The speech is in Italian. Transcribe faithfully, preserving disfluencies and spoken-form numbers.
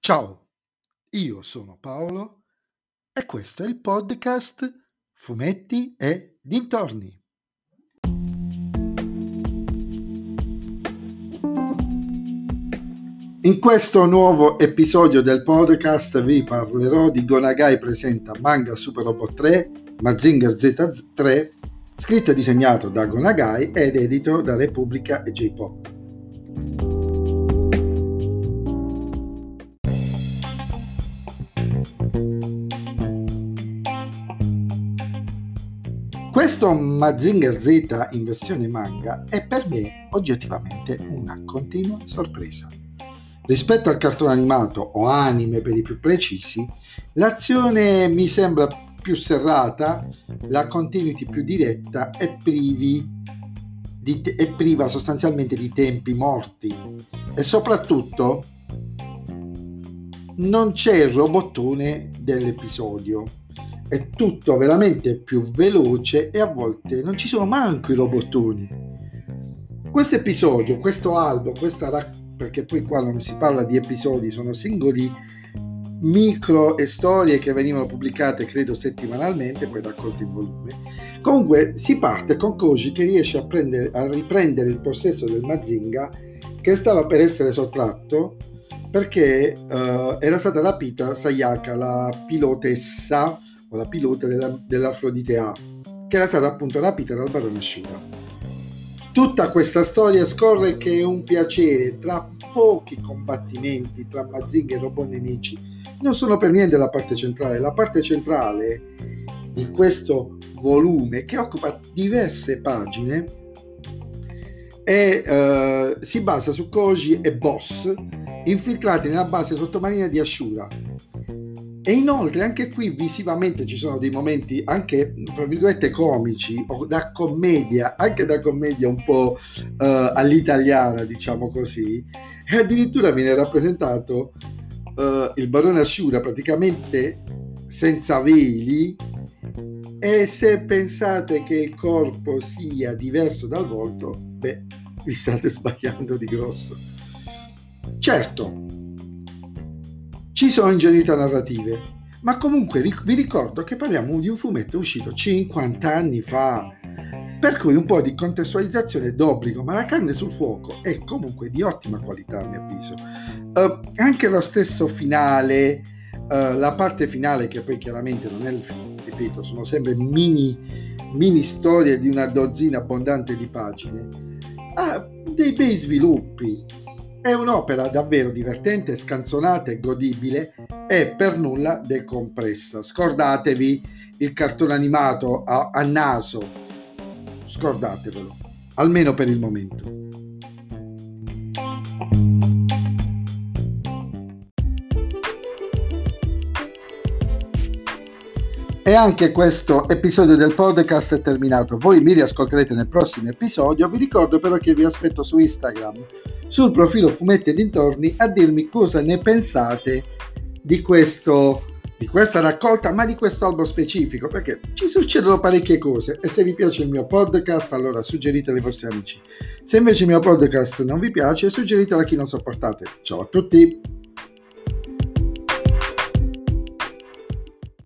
Ciao, io sono Paolo e questo è il podcast Fumetti e Dintorni. In questo nuovo episodio del podcast vi parlerò di Go Nagai presenta Manga Super Robot tre, Mazinger Z tre, scritto e disegnato da Go Nagai ed edito da Repubblica e J-Pop. Questo Mazinger Z in versione manga è per me oggettivamente una continua sorpresa. Rispetto al cartone animato o anime per i più precisi, l'azione mi sembra più serrata, la continuity più diretta e, privi di te- e priva sostanzialmente di tempi morti e soprattutto non c'è il robottone dell'episodio. È tutto veramente più veloce e a volte non ci sono manco i robottoni. Questo episodio, questo albo, questa rac- perché poi qua non si parla di episodi, sono singoli micro e storie che venivano pubblicate credo settimanalmente, poi raccolte in volume. Comunque si parte con Koji che riesce a, prendere, a riprendere il possesso del Mazinga che stava per essere sottratto perché uh, era stata rapita Sayaka, la pilotessa o la pilota della, dell'Afrodite A, che era stata appunto rapita dal barone Ashura. Tutta questa storia scorre che è un piacere tra pochi combattimenti tra Mazinga e robot nemici. Non sono per niente la parte centrale. La parte centrale di questo volume, che occupa diverse pagine, e eh, si basa su Koji e Boss infiltrati nella base sottomarina di Ashura. E inoltre anche qui visivamente ci sono dei momenti anche fra virgolette comici o da commedia, anche da commedia un po' uh, all'italiana, diciamo così, e addirittura viene rappresentato uh, il barone Ashura praticamente senza veli, e se pensate che il corpo sia diverso dal volto, beh, vi state sbagliando di grosso. Certo, ci sono ingenuità narrative, ma comunque vi ricordo che parliamo di un fumetto uscito cinquanta anni fa, per cui un po' di contestualizzazione d'obbligo, ma la carne sul fuoco è comunque di ottima qualità a mio avviso. Uh, anche lo stesso finale, uh, la parte finale, che poi chiaramente non è il finale, ripeto, sono sempre mini, mini storie di una dozzina abbondante di pagine, ha dei bei sviluppi. È un'opera davvero divertente, scanzonata e godibile e per nulla decompressa. Scordatevi il cartone animato a, a naso, scordatevelo, almeno per il momento. E anche questo episodio del podcast è terminato. Voi mi riascolterete nel prossimo episodio. Vi ricordo però che vi aspetto su Instagram, sul profilo Fumetti e Dintorni, a dirmi cosa ne pensate di questo, di questa raccolta, ma di questo albo specifico, perché ci succedono parecchie cose. E se vi piace il mio podcast, allora suggeritelo ai vostri amici. Se invece il mio podcast non vi piace, suggeritelo a chi non sopportate. Ciao a tutti!